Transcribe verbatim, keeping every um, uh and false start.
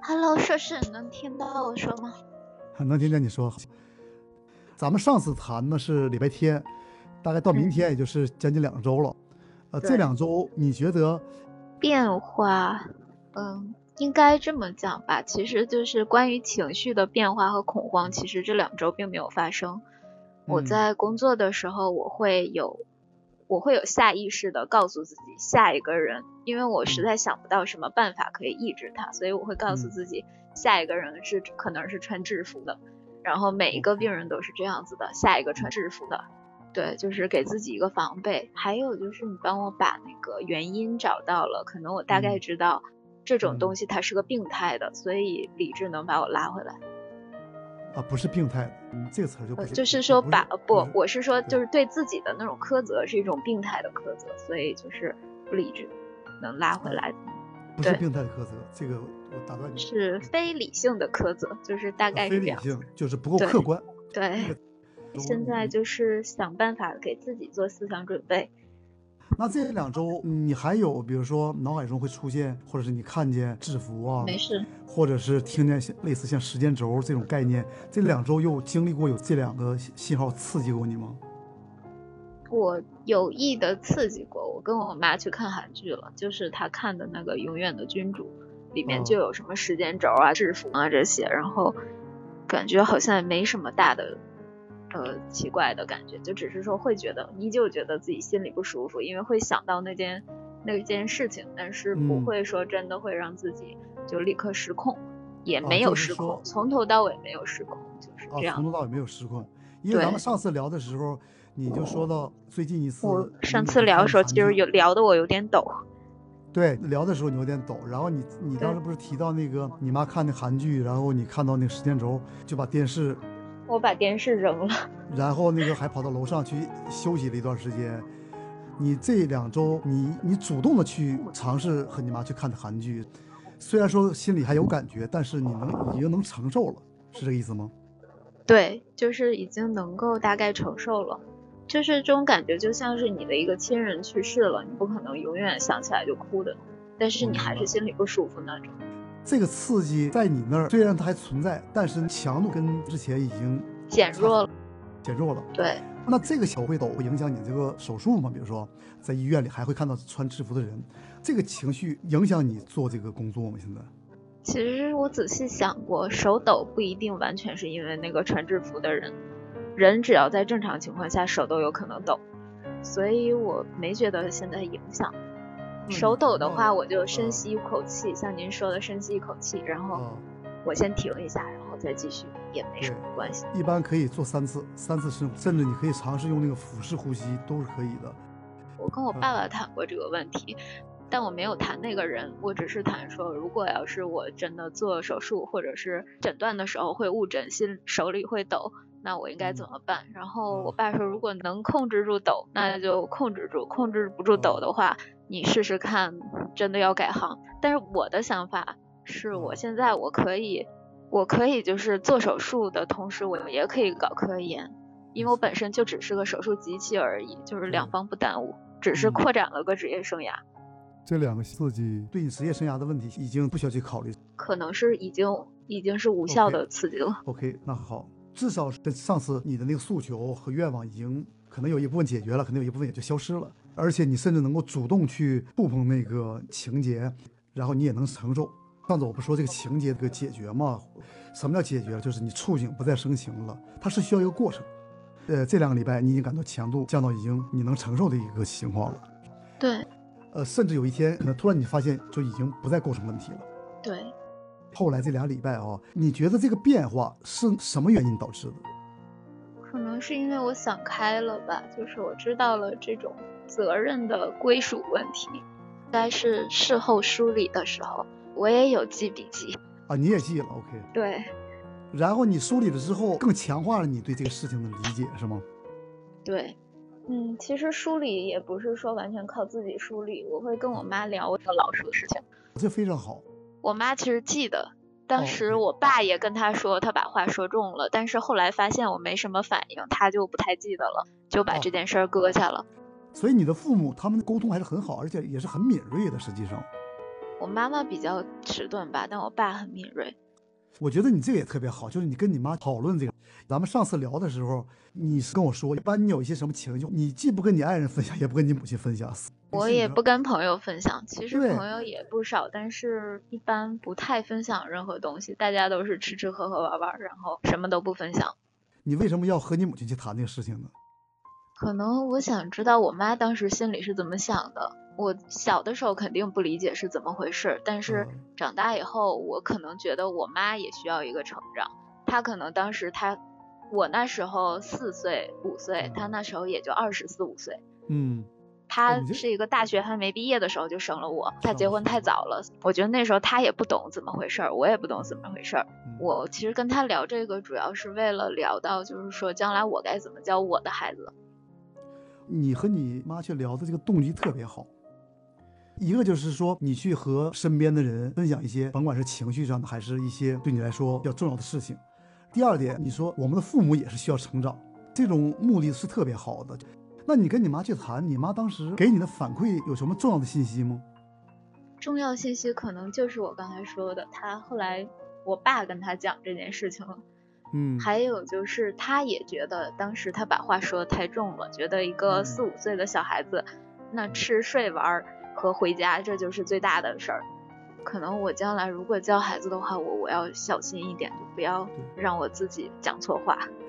Hello， 硕士，能听到我说吗？ 能听见你说。咱们上次谈的是礼拜天，大概到明天也就是将近两周了。呃，这两周你觉得变化？嗯，应该这么讲吧。其实就是关于情绪的变化和恐慌，其实这两周并没有发生。我在工作的时候，我会有，我会有下意识的告诉自己下一个人，因为我实在想不到什么办法可以抑制它，所以我会告诉自己下一个人是可能是穿制服的。然后每一个病人都是这样子的，下一个穿制服的，对，就是给自己一个防备。还有就是你帮我把那个原因找到了，可能我大概知道这种东西它是个病态的，所以理智能把我拉回来。 啊，不是病态的，嗯，这个词就不是， 就是说把不，我是说就是对自己的那种苛责是一种病态的苛责，所以就是不理智能拉回来。 不是病态的苛责，这个我打断你， 是非理性的苛责，就是大概是这样。 非理性就是不够客观。 对，对现在就是想办法给自己做思想准备。 那这两周你还有比如说脑海中会出现，或者是你看见制服啊， 没事， 或者是听见类似像时间轴这种概念，这两周又经历过有这两个信号刺激过你吗？ 我有意的刺激过，我跟我妈去看韩剧了，就是她看的那个《永远的君主》，里面就有什么时间轴啊、制服啊这些，然后感觉好像没什么大的呃奇怪的感觉，就只是说会觉得依旧觉得自己心里不舒服，因为会想到那件那件事情，但是不会说真的会让自己就立刻失控，嗯、也没有失控、啊就是，从头到尾没有失控，就是这样。 啊，从头到尾没有失控，因为咱们上次聊的时候。你就说到最近一次， 我上次聊的时候，其实有聊的我有点抖。 对，聊的时候你有点抖，然后你你当时不是提到那个你妈看那韩剧，然后你看到那个时间轴，就把电视， 我把电视扔了， 然后那个还跑到楼上去休息了一段时间。你这两周，你你主动的去尝试和你妈去看的韩剧，虽然说心里还有感觉，但是你能已经能承受了，是这个意思吗？ 对，就是已经能够大概承受了。就是这种感觉就像是你的一个亲人去世了，你不可能永远想起来就哭的，但是你还是心里不舒服那种。 这个刺激在你那儿虽然它还存在，但是强度跟之前已经减弱了。 减弱了。 对。 那这个小会抖会影响你这个手术吗？比如说在医院里还会看到穿制服的人，这个情绪影响你做这个工作吗？现在？ 其实我仔细想过，手抖不一定完全是因为那个穿制服的人。人只要在正常情况下手都有可能抖，所以我没觉得现在影响。手抖的话我就深吸一口气、嗯、像您说的深吸一口气，然后我先停一下，然后再继续，也没什么关系。 一般可以做三次三次深呼吸，甚至你可以尝试用那个腹式呼吸，都是可以的。 我跟我爸爸谈过这个问题、嗯、但我没有谈那个人，我只是谈说如果要是我真的做手术或者是诊断的时候会误诊，心手里会抖，那我应该怎么办、嗯、然后我爸说如果能控制住抖那就控制住，控制不住抖的话、嗯、你试试看真的要改行。但是我的想法是我现在我可以我可以就是做手术的同时我也可以搞科研，因为我本身就只是个手术机器而已，就是两方不耽误、嗯、只是扩展了个职业生涯、嗯、 这两个刺激对你职业生涯的问题已经不需要去考虑， 可能是已经已经是无效的刺激了。 OK, okay 那好，至少跟上次你的那个诉求和愿望已经可能有一部分解决了，可能有一部分也就消失了，而且你甚至能够主动去触碰那个情节，然后你也能承受。上次我不说这个情节这个解决吗？什么叫解决？就是你触景不再生情了，它是需要一个过程。呃，这两个礼拜你已经感到强度降到已经你能承受的一个情况了。 对。 呃，甚至有一天可能突然你发现就已经不再构成问题了。 对。 后来这俩礼拜啊，你觉得这个变化是什么原因导致的？ 可能是因为我想开了吧，就是我知道了这种责任的归属问题。应该是事后梳理的时候，我也有记笔记啊，你也记了 ，OK。 对。 然后你梳理了之后，更强化了你对这个事情的理解，是吗？ 对。嗯，其实梳理也不是说完全靠自己梳理，我会跟我妈聊我老鼠的事情。 这非常好。 我妈其实记得，当时我爸也跟她说，他把话说中了，但是后来发现我没什么反应，他就不太记得了，就把这件事儿搁下了。 所以你的父母他们沟通还是很好，而且也是很敏锐的，实际上。 我妈妈比较迟钝吧，但我爸很敏锐。 我觉得你这个也特别好，就是你跟你妈讨论这个。咱们上次聊的时候，你是跟我说，一般你有一些什么情绪，你既不跟你爱人分享，也不跟你母亲分享。 我也不跟朋友分享，其实对朋友也不少，但是一般不太分享任何东西，大家都是吃吃喝喝玩玩，然后什么都不分享。 你为什么要和你母亲去谈这个事情呢？ 可能我想知道我妈当时心里是怎么想的。我小的时候肯定不理解是怎么回事，但是嗯长大以后，我可能觉得我妈也需要一个成长。她可能当时她，我那时候四岁五岁，她那时候也就二十四五岁。 嗯， 她你这是一个大学还没毕业的时候就生了我，她结婚太早了。我觉得那时候她也不懂怎么回事，我也不懂怎么回事。 嗯我其实跟她聊这个，主要是为了聊到，就是说将来我该怎么教我的孩子。 你和你妈去聊的这个动机特别好，一个就是说你去和身边的人分享一些，甭管是情绪上的，还是一些对你来说比较重要的事情。第二点，你说我们的父母也是需要成长，这种目的是特别好的。那你跟你妈去谈，你妈当时给你的反馈有什么重要的信息吗？ 重要信息可能就是我刚才说的，他后来我爸跟他讲这件事情了。 嗯， 还有就是他也觉得当时他把话说得太重了，觉得一个四五岁的小孩子，那吃睡玩和回家这就是最大的事儿。可能我将来如果教孩子的话，我我要小心一点，就不要让我自己讲错话。